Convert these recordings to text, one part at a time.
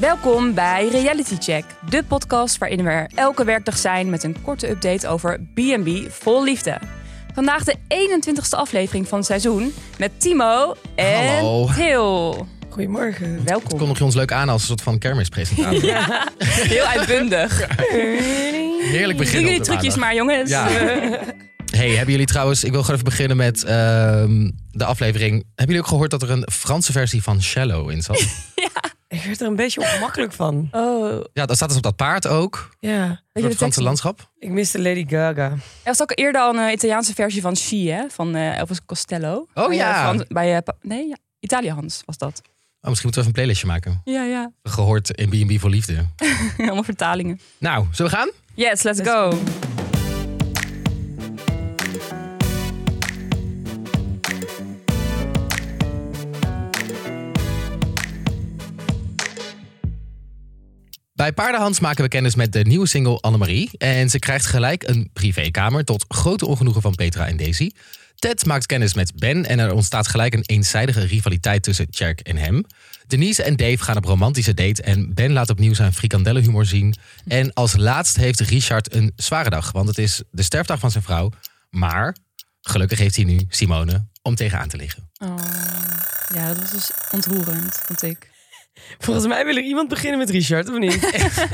Welkom bij Reality Check, de podcast waarin we er elke werkdag zijn met een korte update over B&B vol liefde. Vandaag de 21ste aflevering van het seizoen met Timo en Til. Goedemorgen. Welkom. Kondig je ons leuk aan als een soort van kermispresentatie. Ja, heel uitbundig. Heerlijk begin. Doe jullie trucjes maar, jongens. Ja. Hey, hebben jullie trouwens... Ik wil gewoon even beginnen met de aflevering. Hebben jullie ook gehoord dat er een Franse versie van Shallow in zat? Ja. Ik werd er een beetje ongemakkelijk van. Oh. Ja, dat staat dus op dat paard ook. Ja. Door het Franse landschap. Ik miste Lady Gaga. Er was ook eerder al een Italiaanse versie van She, hè? Van Elvis Costello. Oh ja. Italië Hans was dat. Oh, misschien moeten we even een playlistje maken. Ja. Gehoord in B&B voor liefde. Allemaal vertalingen. Nou, zullen we gaan? Yes, let's go. Bij Paardenhans maken we kennis met de nieuwe single Annemarie. En ze krijgt gelijk een privékamer tot grote ongenoegen van Petra en Daisy. Ted maakt kennis met Ben en er ontstaat gelijk een eenzijdige rivaliteit tussen Tjerk en hem. Denise en Dave gaan op romantische date en Ben laat opnieuw zijn frikandellenhumor zien. En als laatst heeft Richard een zware dag, want het is de sterfdag van zijn vrouw. Maar gelukkig heeft hij nu Simone om tegenaan te liggen. Oh, ja, dat was dus ontroerend, vond ik. Volgens mij wil er iemand beginnen met Richard, of niet?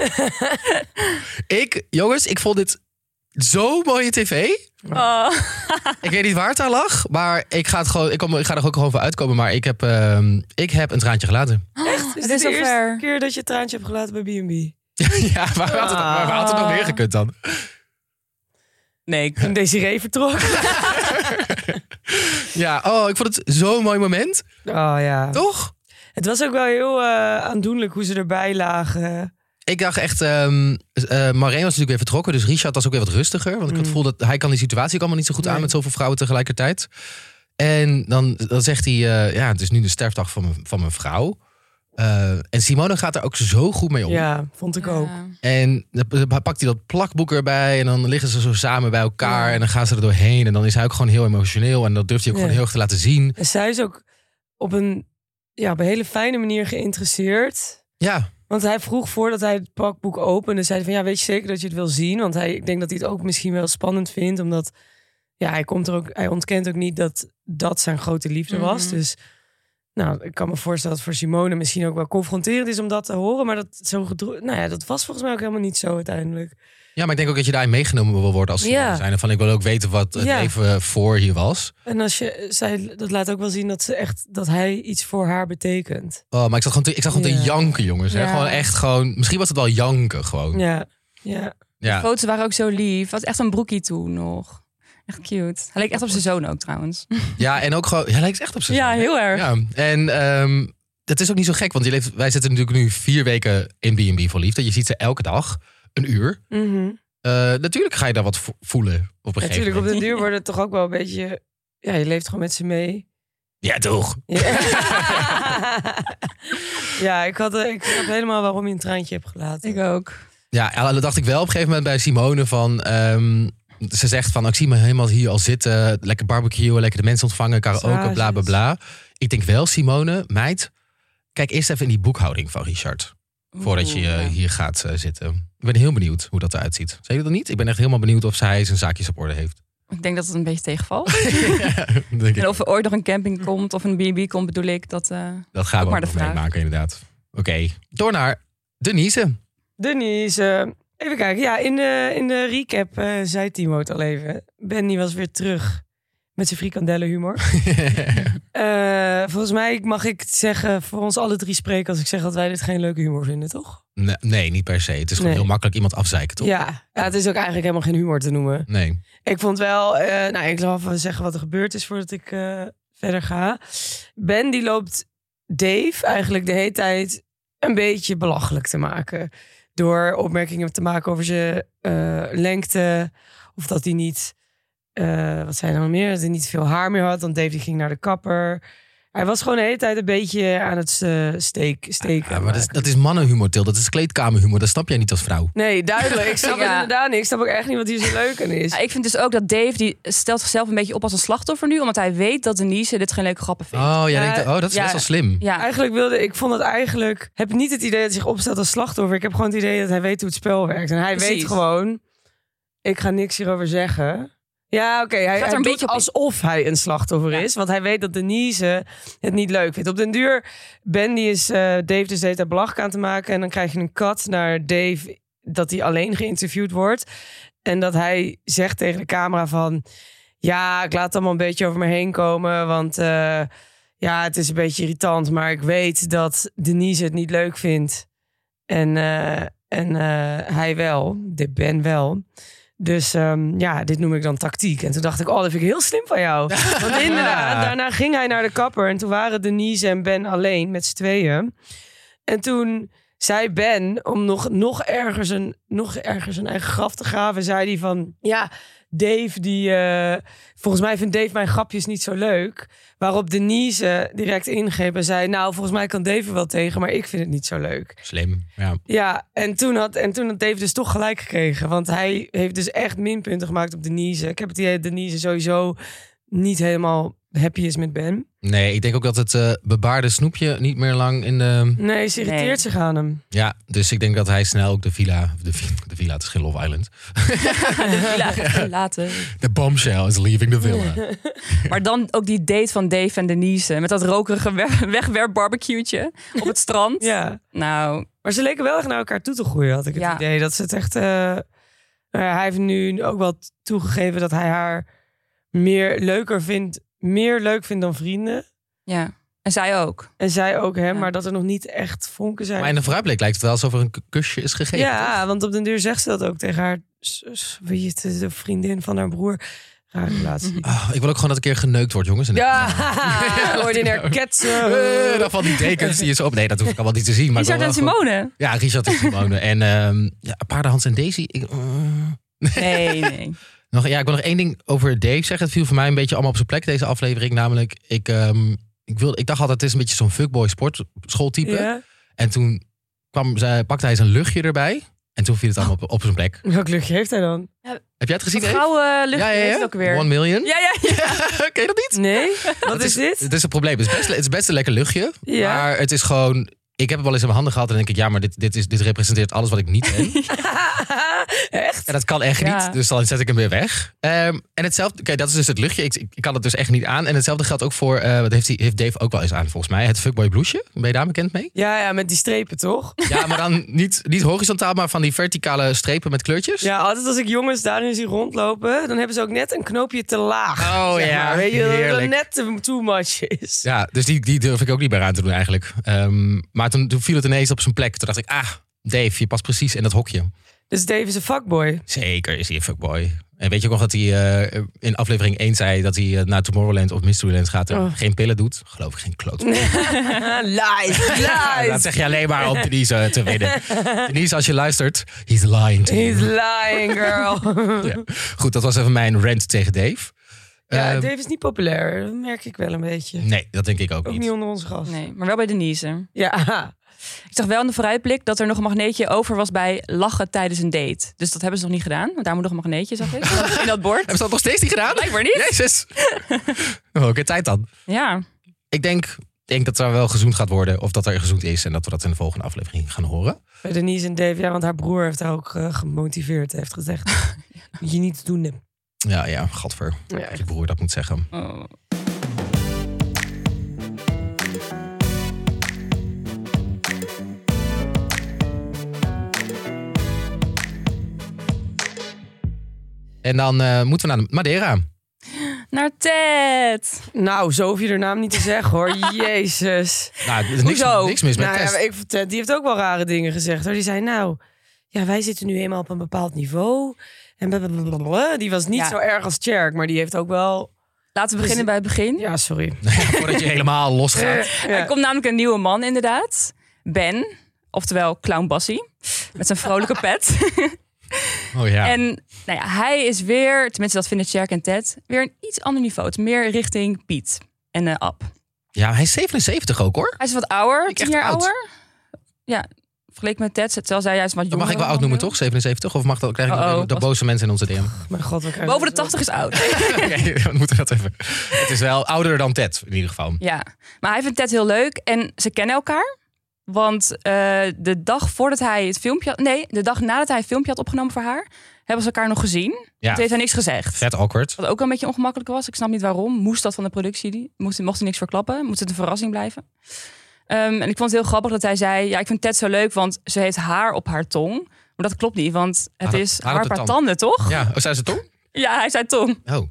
Ik vond dit zo mooie tv. Oh. Ik weet niet waar het aan lag, maar ik ga er ook gewoon voor uitkomen. Maar ik heb een traantje gelaten. Echt? Is Het dit is de eerste zover. keer dat je het traantje hebt gelaten bij B&B? Ja, waar had het nog meer gekund dan? Nee, ik Toen Desiree vertrok. Ja, ik vond het zo'n mooi moment. Oh ja. Toch? Het was ook wel heel aandoenlijk hoe ze erbij lagen. Ik dacht echt, Maureen was natuurlijk weer vertrokken. Dus Richard was ook weer wat rustiger. Want ik had het gevoel dat hij kan die situatie ook allemaal niet zo goed aan met zoveel vrouwen tegelijkertijd. En dan zegt hij, het is nu de sterfdag van mijn vrouw. En Simone gaat er ook zo goed mee om. Ja, vond ik ook. En dan pakt hij dat plakboek erbij. En dan liggen ze zo samen bij elkaar. Ja. En dan gaan ze er doorheen. En dan is hij ook gewoon heel emotioneel. En dat durft hij ook gewoon heel erg te laten zien. En zij is ook op een hele fijne manier geïnteresseerd. Ja. Want hij vroeg voordat hij het pakboek opende, zei hij van weet je zeker dat je het wil zien? Want ik denk dat hij het ook misschien wel spannend vindt, omdat hij ontkent ook niet dat zijn grote liefde was. Dus ik kan me voorstellen dat voor Simone misschien ook wel confronterend is om dat te horen, maar dat was volgens mij ook helemaal niet zo uiteindelijk. Ja, maar ik denk ook dat je daarin meegenomen wil worden als Simone zijn. Van ik wil ook weten wat het leven voor hier was. En dat laat ook wel zien dat hij iets voor haar betekent. Oh, maar ik zag gewoon te janken, jongens. Hè? Gewoon misschien was het wel janken gewoon. Ja. De foto's waren ook zo lief. Was echt een broekie toen nog. Echt cute. Hij leek echt op zijn zoon ook trouwens. Ja, en ook gewoon, hij lijkt echt op zijn zoon. Ja, heel erg. Ja. En het is ook niet zo gek, want wij zitten natuurlijk nu 4 weken in B&B voor liefde. Je ziet ze elke dag, een uur. Mm-hmm. Natuurlijk ga je daar wat voelen op een gegeven moment. Natuurlijk, op den duur wordt het toch ook wel een beetje... Ja, je leeft gewoon met ze mee. Ja, toch? Ja, ik snap helemaal waarom je een traantje hebt gelaten. Ik ook. Ja, dat dacht ik wel op een gegeven moment bij Simone van... ze zegt van, ik zie me helemaal hier al zitten. Lekker barbecuen, lekker de mensen ontvangen, karaoke, bla bla bla. Ik denk wel, Simone, meid, kijk eerst even in die boekhouding van Richard. Voordat je hier gaat zitten. Ik ben heel benieuwd hoe dat eruit ziet. Zeg je dat niet? Ik ben echt helemaal benieuwd of zij zijn zaakjes op orde heeft. Ik denk dat het een beetje tegenvalt. Denk en of er ooit nog een camping komt of een B&B komt, bedoel ik. Dat gaan we maar ook nog meemaken, inderdaad. Oké, door naar Denise. Denise, even kijken. Ja, in de recap zei Timo het al even. Benny was weer terug met zijn frikandellenhumor. Volgens mij mag ik het zeggen, voor ons alle 3 spreken als ik zeg dat wij dit geen leuke humor vinden, toch? Nee, niet per se. Het is gewoon heel makkelijk iemand afzeiken, toch? Ja, het is ook eigenlijk helemaal geen humor te noemen. Nee. Ik vond wel, ik zal even zeggen wat er gebeurd is voordat ik verder ga. Ben die loopt Dave eigenlijk de hele tijd een beetje belachelijk te maken. Door opmerkingen te maken over zijn lengte. Of dat hij niet, wat zei hij nou meer? Dat hij niet veel haar meer had. Want Dave die ging naar de kapper. Hij was gewoon de hele tijd een beetje aan het steken. Ja, maar dat is mannenhumor, Til. Dat is kleedkamerhumor. Dat snap jij niet als vrouw. Nee, duidelijk. Ik snap het inderdaad niet. Ik snap ook echt niet wat hier zo leuk aan is. Ja, ik vind dus ook dat Dave, die stelt zichzelf een beetje op als een slachtoffer nu. Omdat hij weet dat Denise dit geen leuke grappen vindt. Oh, jij denkt, dat is best wel slim. Ja. Ik vond het eigenlijk... heb niet het idee dat hij zich opstelt als slachtoffer. Ik heb gewoon het idee dat hij weet hoe het spel werkt. En hij weet gewoon... ik ga niks hierover zeggen... Ja, oké. Hij doet beetje alsof hij een slachtoffer is. Want hij weet dat Denise het niet leuk vindt. Op den duur, Ben die is Dave dus de hele tijd belachelijk aan te maken. En dan krijg je een cut naar Dave dat hij alleen geïnterviewd wordt. En dat hij zegt tegen de camera van... ja, ik laat het allemaal een beetje over me heen komen. Want het is een beetje irritant. Maar ik weet dat Denise het niet leuk vindt. En hij wel. De Ben wel. Dus dit noem ik dan tactiek. En toen dacht ik, dat vind ik heel slim van jou. Want inderdaad, daarna ging hij naar de kapper. En toen waren Denise en Ben alleen met z'n tweeën. En toen zei Ben, om nog ergens een eigen graf te graven... zei hij van, ja, Dave, die... volgens mij vindt Dave mijn grapjes niet zo leuk. Waarop Denise direct ingreep en zei... nou, volgens mij kan Dave er wel tegen, maar ik vind het niet zo leuk. Slim, ja. Ja, en toen had Dave dus toch gelijk gekregen. Want hij heeft dus echt minpunten gemaakt op Denise. Ik heb het idee dat Denise sowieso niet helemaal happy is met Ben. Nee, ik denk ook dat het bebaarde snoepje niet meer lang in de... Nee, ze irriteert zich aan hem. Ja, dus ik denk dat hij snel ook de villa, het is geen Love Island. De villa gaat verlaten. The bombshell is leaving the villa. Maar dan ook die date van Dave en Denise met dat rokerige wegwerp barbecue'tje op het strand. Ja. Nou. Maar ze leken wel echt naar elkaar toe te groeien, had ik het idee. Dat ze het echt... hij heeft nu ook wel toegegeven dat hij haar meer leuk vindt dan vrienden. Ja, en zij ook. En zij ook hem, maar dat er nog niet echt vonken zijn. Maar in de vooruitblik lijkt het wel alsof er een kusje is gegeven. Ja, toch? want op den duur zegt ze dat ook tegen haar de vriendin van haar broer. Rare relatie. Ik wil ook gewoon dat een keer geneukt wordt, jongens. Ordinair ketsen. Dan van die dekens die je zo op. Nee, dat hoef ik allemaal niet te zien. Maar Richard en Simone. Ja, Richard en Simone. En Paardenhans en Daisy. Nee. Ik wil nog één ding over Dave zeggen. Het viel voor mij een beetje allemaal op zijn plek, deze aflevering. Namelijk, ik dacht altijd, het is een beetje zo'n fuckboy sportschooltype. Ja. En toen pakte hij zijn luchtje erbij. En toen viel het allemaal op zijn plek. Welk luchtje heeft hij dan? Ja, heb jij het gezien? Gouden luchtje heeft het ook weer. 1 million? Ja. Ken je dat niet? Nee, wat is dit? Het is een probleem. Het is best een lekker luchtje. Ja. Maar het is gewoon... Ik heb het wel eens in mijn handen gehad en dan denk ik... ja, maar dit representeert alles wat ik niet ben. Echt? En dat kan echt niet, dus dan zet ik hem weer weg. En hetzelfde, kijk, dat is dus het luchtje. Ik kan het dus echt niet aan. En hetzelfde geldt ook voor, wat heeft Dave ook wel eens aan volgens mij. Het fuckboy blouseje. Ben je daar bekend mee? Ja, met die strepen toch? Ja, maar dan niet horizontaal, maar van die verticale strepen met kleurtjes. Ja, altijd als ik jongens daarin zie rondlopen... dan hebben ze ook net een knoopje te laag. Oh zeg ja, maar. Weet je, dat heerlijk. het net too much is. Ja, dus die durf ik ook niet meer aan te doen eigenlijk. Maar toen viel het ineens op zijn plek. Toen dacht ik, Dave, je past precies in dat hokje. Dus Dave is een fuckboy. Zeker is hij een fuckboy. En weet je ook nog dat hij in aflevering 1 zei... dat hij naar Tomorrowland of Mysteryland gaat en geen pillen doet? Geloof ik geen kloot. Lies. Dat zeg je alleen maar om Denise te winnen. Denise, als je luistert, he's lying to you. He's lying, girl. Ja. Goed, dat was even mijn rant tegen Dave. Ja, Dave is niet populair. Dat merk ik wel een beetje. Nee, dat denk ik ook Ook niet. niet onder onze gast. Nee, maar wel bij Denise. Ja. Ik zag wel in de vooruitblik dat er nog een magneetje over was bij lachen tijdens een date. Dus dat hebben ze nog niet gedaan. Want daar moet nog een magneetje, zag ik. In dat bord. Hebben ze dat nog steeds niet gedaan? Blijkbaar niet. Jezus. Oké, tijd dan. Ja. Ik denk dat er wel gezoend gaat worden. Of dat er gezoend is. En dat we dat in de volgende aflevering gaan horen. Bij Denise en Dave, ja, want haar broer heeft haar ook gemotiveerd. Heeft gezegd, moet je niet doen. Hè. Ja, gadver. Ja, Je broer dat moet zeggen. Oh. En dan moeten we naar Madeira. Naar Ted. Nou, zo hoef je haar naam niet te zeggen, hoor. Jezus. Nou, er is Hoezo? niks mis met Nou, Tess. ja, Ted, die heeft ook wel rare dingen gezegd, hoor. Die zei, nou, ja, wij zitten nu eenmaal op een bepaald niveau. En blablabla. Die was niet zo erg als Tjerk, maar die heeft ook wel... Laten we beginnen bij het begin. Ja, sorry. Voordat je helemaal losgaat. Er komt namelijk een nieuwe man, inderdaad. Ben, oftewel Clown Bassie. Met zijn vrolijke pet. Oh ja. En nou ja, hij is weer, tenminste dat vinden Tjerk en Ted, weer een iets ander niveau. Het is meer richting Piet en Ab. Ja, hij is 77 ook hoor. Hij is wat ouder, Ik 10 echt jaar oud. ouder. Ja, vergeleken met Ted. Terwijl zij juist wat Dat jonger. mag ik wel oud noemen toch? 77? Of mag dat, krijg ik de boze mensen in onze DM? Mijn god, we krijgen Boven de zo- 80 is oud. Oké, we moeten dat even. Het is wel ouder dan Ted, in ieder geval. Ja, maar hij vindt Ted heel leuk en ze kennen elkaar. Want de dag voordat hij het filmpje... Nee, de dag nadat hij een filmpje had opgenomen voor haar... hebben ze elkaar nog gezien. Ja. Toen heeft hij niks gezegd. Vet awkward. Wat ook wel een beetje ongemakkelijk was. Ik snap niet waarom. Moest dat van de productie? Mocht hij niks verklappen? Moest het een verrassing blijven? En ik vond het heel grappig dat hij zei... Ja, ik vind Ted zo leuk, want ze heeft haar op haar tong. Maar dat klopt niet, want het is haar op haar de paar tand. tanden, toch? Ja, zei ze tong? Ja, hij zei tong. Oh.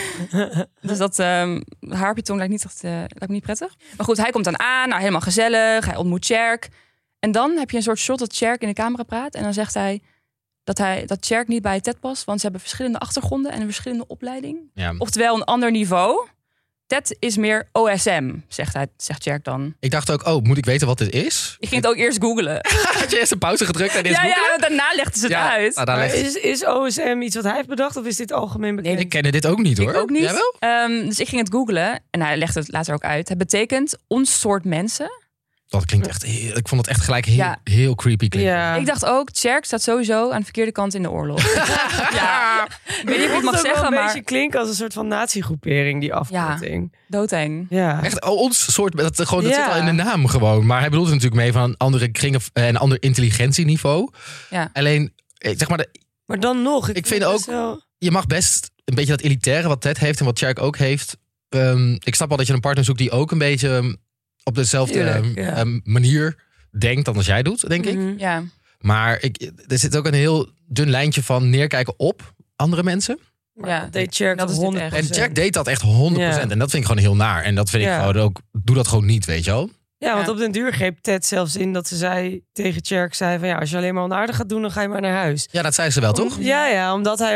Dus dat haar op je tong lijkt me niet prettig. Maar goed, hij komt dan aan. Nou, helemaal gezellig. Hij ontmoet Cherk. En dan heb je een soort shot dat Cherk in de camera praat. En dan zegt hij dat Cherk niet bij Ted past. Want ze hebben verschillende achtergronden en een verschillende opleiding. Ja. Oftewel een ander niveau. Ted is meer OSM, zegt Cherk dan. Ik dacht ook, moet ik weten wat dit is? Ik ging het ook eerst googlen. Had je eerst een pauze gedrukt en eerst Ja, googelen? daarna legden ze het uit. Nou, daar Maar legt- is OSM iets wat hij heeft bedacht of is dit algemeen bekend? Ik kende dit ook niet hoor. Ik ook niet. Jij wel? Dus ik ging het googlen en hij legde het later ook uit. Het betekent ons soort mensen. Dat klinkt echt ik vond het echt gelijk heel, Ja. heel creepy klinken. Ja. Ik dacht ook, Cherk staat sowieso aan de verkeerde kant in de oorlog. Ja, ik weet niet of ik het mag zeggen, een maar beetje klinken als een soort van natiegroepering, die afkorting. doodeng. Ja. Echt ons soort, dat Ja. zit al in de naam gewoon. Maar hij bedoelt het natuurlijk mee van een andere kringen en een ander intelligentieniveau. Ja. Alleen, zeg maar, Maar dan nog. Ik vind het ook- best wel- je mag best een beetje dat elitaire wat Ted heeft en wat Cherk ook heeft. Ik snap wel dat je een partner zoekt die ook een beetje op dezelfde Tuurlijk, ja. manier denkt dan als jij doet, denk ik. Mhm. Ja, Maar er zit ook een heel dun lijntje van neerkijken op andere mensen. Maar Ja. dat deed Cherk Dat is dit 100%. echt. En Jack deed dat echt 100%. Ja. En dat vind ik gewoon heel naar. En dat vind ik Ja. gewoon ook, doe dat gewoon niet, weet je wel. Ja, want Ja. op den duur greep Ted zelfs in dat ze zei tegen Cherk zei van ja, als je alleen maar onaardig gaat doen, dan ga je maar naar huis. Ja, dat zei ze wel, toch? Ja,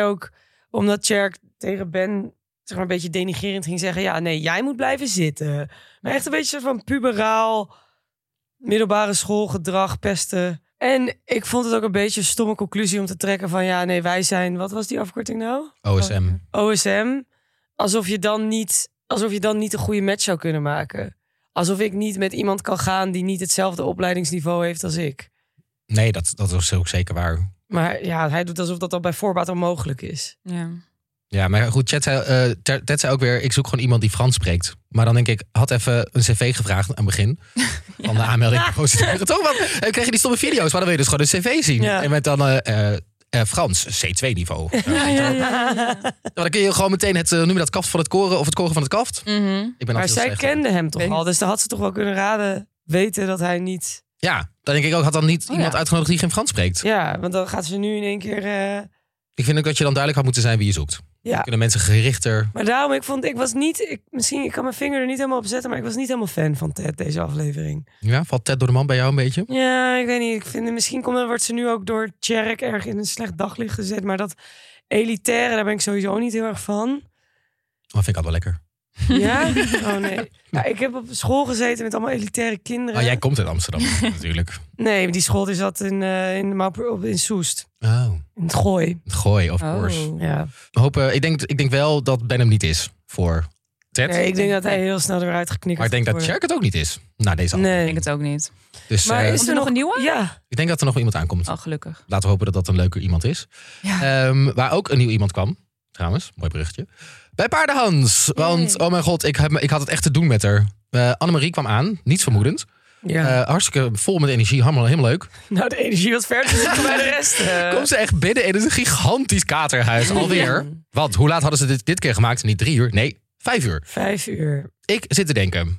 omdat Cherk tegen Ben zeg maar een beetje denigrerend ging zeggen, ja, nee, jij moet blijven zitten. Maar echt een beetje soort van puberaal middelbare schoolgedrag, pesten. En ik vond het ook een beetje een stomme conclusie om te trekken van ja, nee, wij zijn, wat was die afkorting nou? OSM. OSM. Alsof je dan niet een goede match zou kunnen maken. Alsof ik niet met iemand kan gaan die niet hetzelfde opleidingsniveau heeft als ik. Nee, dat is ook zeker waar. Maar ja, hij doet alsof dat al bij voorbaat onmogelijk is. ja. Ja, maar goed, Ted zei ook weer, ik zoek gewoon iemand die Frans spreekt. Maar dan denk ik, had even een cv gevraagd aan het begin van de aanmelding. Toch? Want kreeg je die stomme video's, maar dan wil je dus gewoon een cv zien. Ja. En met dan Frans, C2 niveau. Dan kun je gewoon meteen noem je dat kaft van het koren of het koren van het kaft. Mhm. Ik ben Maar altijd zij heel slecht. kende hem toch Weet al, niet. dus dan had ze toch wel kunnen weten dat hij niet... Ja, dan denk ik ook, had dan niet iemand ja. uitgenodigd die geen Frans spreekt. Ja, want dan gaat ze nu in één keer... Ik vind ook dat je dan duidelijk had moeten zijn wie je zoekt. Ja. Dan kunnen mensen gerichter... Maar daarom, ik kan mijn vinger er niet helemaal op zetten, maar ik was niet helemaal fan van Ted, deze aflevering. Ja, valt Ted door de man bij jou een beetje? Ja, ik weet niet. Ik vind, misschien wordt ze nu ook door Cherk erg in een slecht daglicht gezet, maar dat elitaire, daar ben ik sowieso niet heel erg van. Dat vind ik altijd wel lekker. Ja? Oh nee. Ja, ik heb op school gezeten met allemaal elitaire kinderen. Oh, jij komt uit Amsterdam natuurlijk. Nee, maar die school die zat in Soest. Oh, In het Gooi. gooi, of course. Oh. Ja. Ik denk wel dat Ben hem niet is voor Ted. Nee, ik denk dat hij heel snel eruit geknikkerd Maar ik denk dat wordt. Cherk het ook niet is. Nou, deze aflevering. Nee. Ik denk het ook niet. Dus Maar eh, is Komt er nog een nieuwe? Ja. ik denk dat er nog wel iemand aankomt. Oh, gelukkig. Laten we hopen dat dat een leuker iemand is. Ja. Waar ook een nieuw iemand kwam. Trouwens, mooi berichtje. Bij Paardenhans. Want, oh mijn god, ik had het echt te doen met haar. Annemarie kwam aan, niets vermoedend. Ja. Hartstikke vol met energie, helemaal leuk. Nou, de energie was ver te zoeken bij de rest. Komt ze echt binnen in een gigantisch katerhuis alweer. Want hoe laat hadden ze dit keer gemaakt? Niet 3 uur, nee, 5 uur. 5 uur. Ik zit te denken.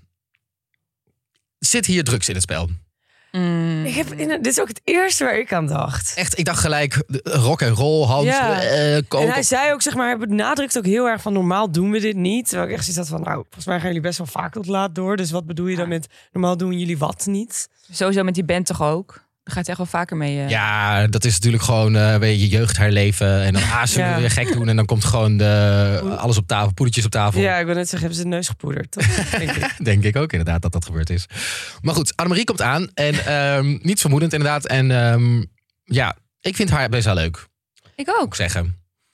Zit hier drugs in het spel? Mm. Dit is ook het eerste waar ik aan dacht. Echt, ik dacht gelijk rock en roll, Hans, Ja. koken. En hij zei ook, zeg maar, hij benadrukt ook heel erg van normaal doen we dit niet. Terwijl ik echt zoiets had van, nou, volgens mij gaan jullie best wel vaak tot laat door. Dus wat bedoel je dan met normaal doen jullie wat niet? Sowieso met die band toch ook? Daar gaat hij echt wel vaker mee. Ja, dat is natuurlijk gewoon je jeugd herleven. En dan zullen we Ja. weer gek doen. En dan komt gewoon alles op tafel, poedertjes op tafel. Ja, ik wil net zeggen, hebben ze de neus gepoederd, toch? Denk ik. Denk ik ook inderdaad dat dat gebeurd is. Maar goed, Annemarie komt aan. En niets vermoedend inderdaad. En ja, ik vind haar best wel leuk, Ik moet ook. ik zeggen.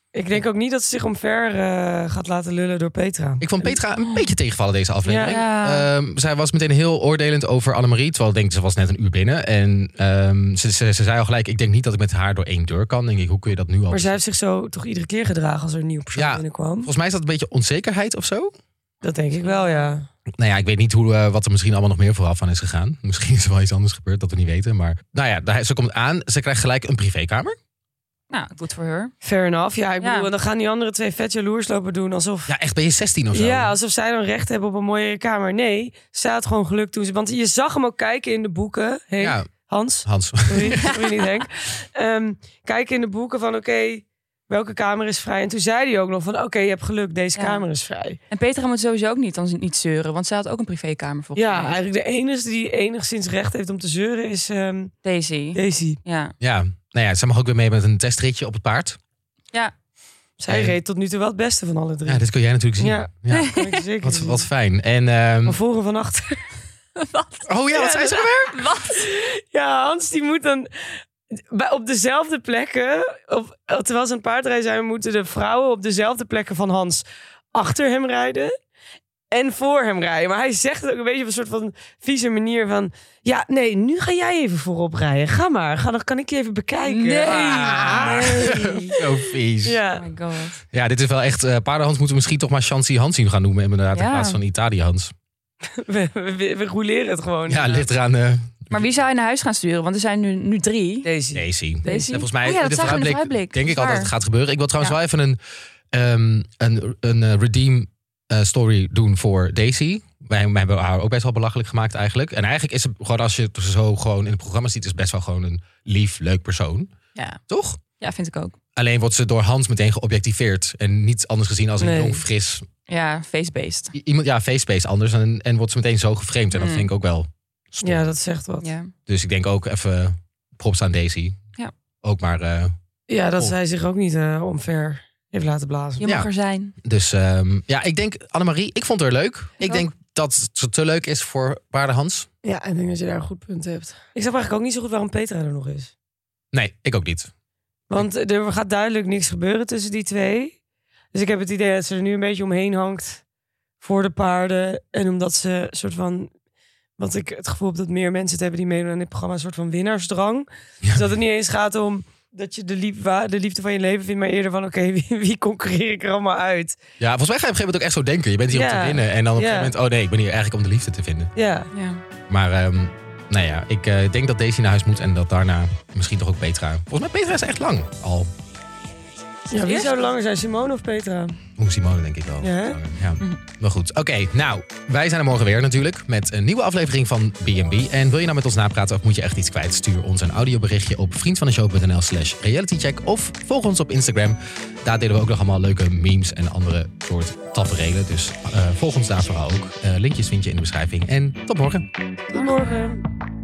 Ik denk ook niet dat ze zich omver gaat laten lullen door Petra. Ik vond Petra een beetje tegenvallen deze aflevering. Ja. Zij was meteen heel oordelend over Annemarie. Terwijl ik denk, ze was net een uur binnen. En ze zei al gelijk, ik denk niet dat ik met haar door 1 deur kan. Denk ik, hoe kun je dat nu al... Maar zij heeft zich zo toch iedere keer gedragen als er een nieuw persoon binnenkwam. Volgens mij is dat een beetje onzekerheid of zo. Dat denk ik wel, ja. Nou ja, ik weet niet wat er misschien allemaal nog meer vooraf van is gegaan. Misschien is er wel iets anders gebeurd dat we niet weten. Maar nou ja, ze komt aan. Ze krijgt gelijk een privékamer. Nou, goed voor haar. Fair enough. Ja, ik bedoel, en dan gaan die andere 2 vet jaloers lopen doen alsof... Ja, echt, ben je 16 of zo? Ja, alsof zij dan recht hebben op een mooiere kamer. Nee, zij had gewoon geluk toen ze... Want je zag hem ook kijken in de boeken. Hey, ja. Hans. Sorry, niet Henk. Kijken in de boeken van oké, welke kamer is vrij? En toen zei hij ook nog van oké, je hebt geluk, deze kamer is vrij. En Petra moet sowieso ook niet zeuren, want zij had ook een privékamer volgens mij. Ja, eigenlijk de enige die enigszins recht heeft om te zeuren is Daisy. Ja. Nou ja, zij mag ook weer mee met een testritje op het paard. Ja. Zij reed tot nu toe wel het beste van alle 3. Ja, dit kun jij natuurlijk zien. Ja. Kan ik zeker zien. Wat fijn. En, van voren van achter. Wat? Oh ja, wat zei ze er weer? Wat? Ja, Hans die moet dan op dezelfde plekken, terwijl ze een paardrijden zijn, moeten de vrouwen op dezelfde plekken van Hans achter hem rijden en voor hem rijden. Maar hij zegt het ook een beetje op een soort van vieze manier van... Ja, nee, nu ga jij even voorop rijden. Ga maar, dan kan ik je even bekijken. Nee. Zo vies. Ja. Oh my god. Ja, dit is wel echt... paardenhans moeten we misschien toch maar Chancy Hansie gaan noemen. Inderdaad, in plaats van Italië Hans. We roleren het gewoon. Ja, ligt eraan... Maar wie zou je naar huis gaan sturen? Want er zijn nu 3. Daisy. En volgens mij dat zagen we in de vooruitblik. Denk ik al dat het gaat gebeuren. Ik wil trouwens wel even een redeem story doen voor Daisy. Wij hebben haar ook best wel belachelijk gemaakt eigenlijk. En eigenlijk is het gewoon, als je het zo gewoon in het programma ziet, is het best wel gewoon een lief, leuk persoon. Ja. Toch? Ja, vind ik ook. Alleen wordt ze door Hans meteen geobjectiveerd. En niet anders gezien als een jong, fris... Ja, face-based. Iemand, ja, face-based anders. En wordt ze meteen zo geframed. En dat vind ik ook wel stom. Ja, dat zegt wat. Ja. Dus ik denk ook even props aan Daisy. Ja. Ook maar... ja, dat zij zich ook niet omver heeft laten blazen. Je mag er zijn. Dus ik denk Annemarie, ik vond haar leuk. Ik denk dat ze te leuk is voor paardenhans. Ja, ik denk dat je daar een goed punt hebt. Ik snap eigenlijk ook niet zo goed waarom Petra er nog is. Nee, ik ook niet. Want er gaat duidelijk niks gebeuren tussen die 2. Dus ik heb het idee dat ze er nu een beetje omheen hangt voor de paarden. En omdat ze soort van... Want ik het gevoel heb dat meer mensen het hebben die meedoen aan dit programma, een soort van winnaarsdrang. Ja. Dus dat het niet eens gaat om dat je de liefde van je leven vindt, maar eerder van oké, wie concurreer ik er allemaal uit? Ja, volgens mij ga je op een gegeven moment ook echt zo denken. Je bent hier om te winnen. En dan op een gegeven moment, oh nee, ik ben hier eigenlijk om de liefde te vinden. Ja. Maar ik denk dat Daisy naar huis moet en dat daarna misschien toch ook Petra. Volgens mij Petra is echt lang al. Ja, wie zou langer zijn, Simone of Petra? Simone denk ik wel. Ja. Maar goed. Oké, nou, wij zijn er morgen weer natuurlijk met een nieuwe aflevering van B&B. En wil je nou met ons napraten of moet je echt iets kwijt? Stuur ons een audioberichtje op vriendvandeshow.nl/realitycheck of volg ons op Instagram. Daar delen we ook nog allemaal leuke memes en andere soort taferelen. Dus volg ons daar vooral ook. Linkjes vind je in de beschrijving. En tot morgen. Tot morgen.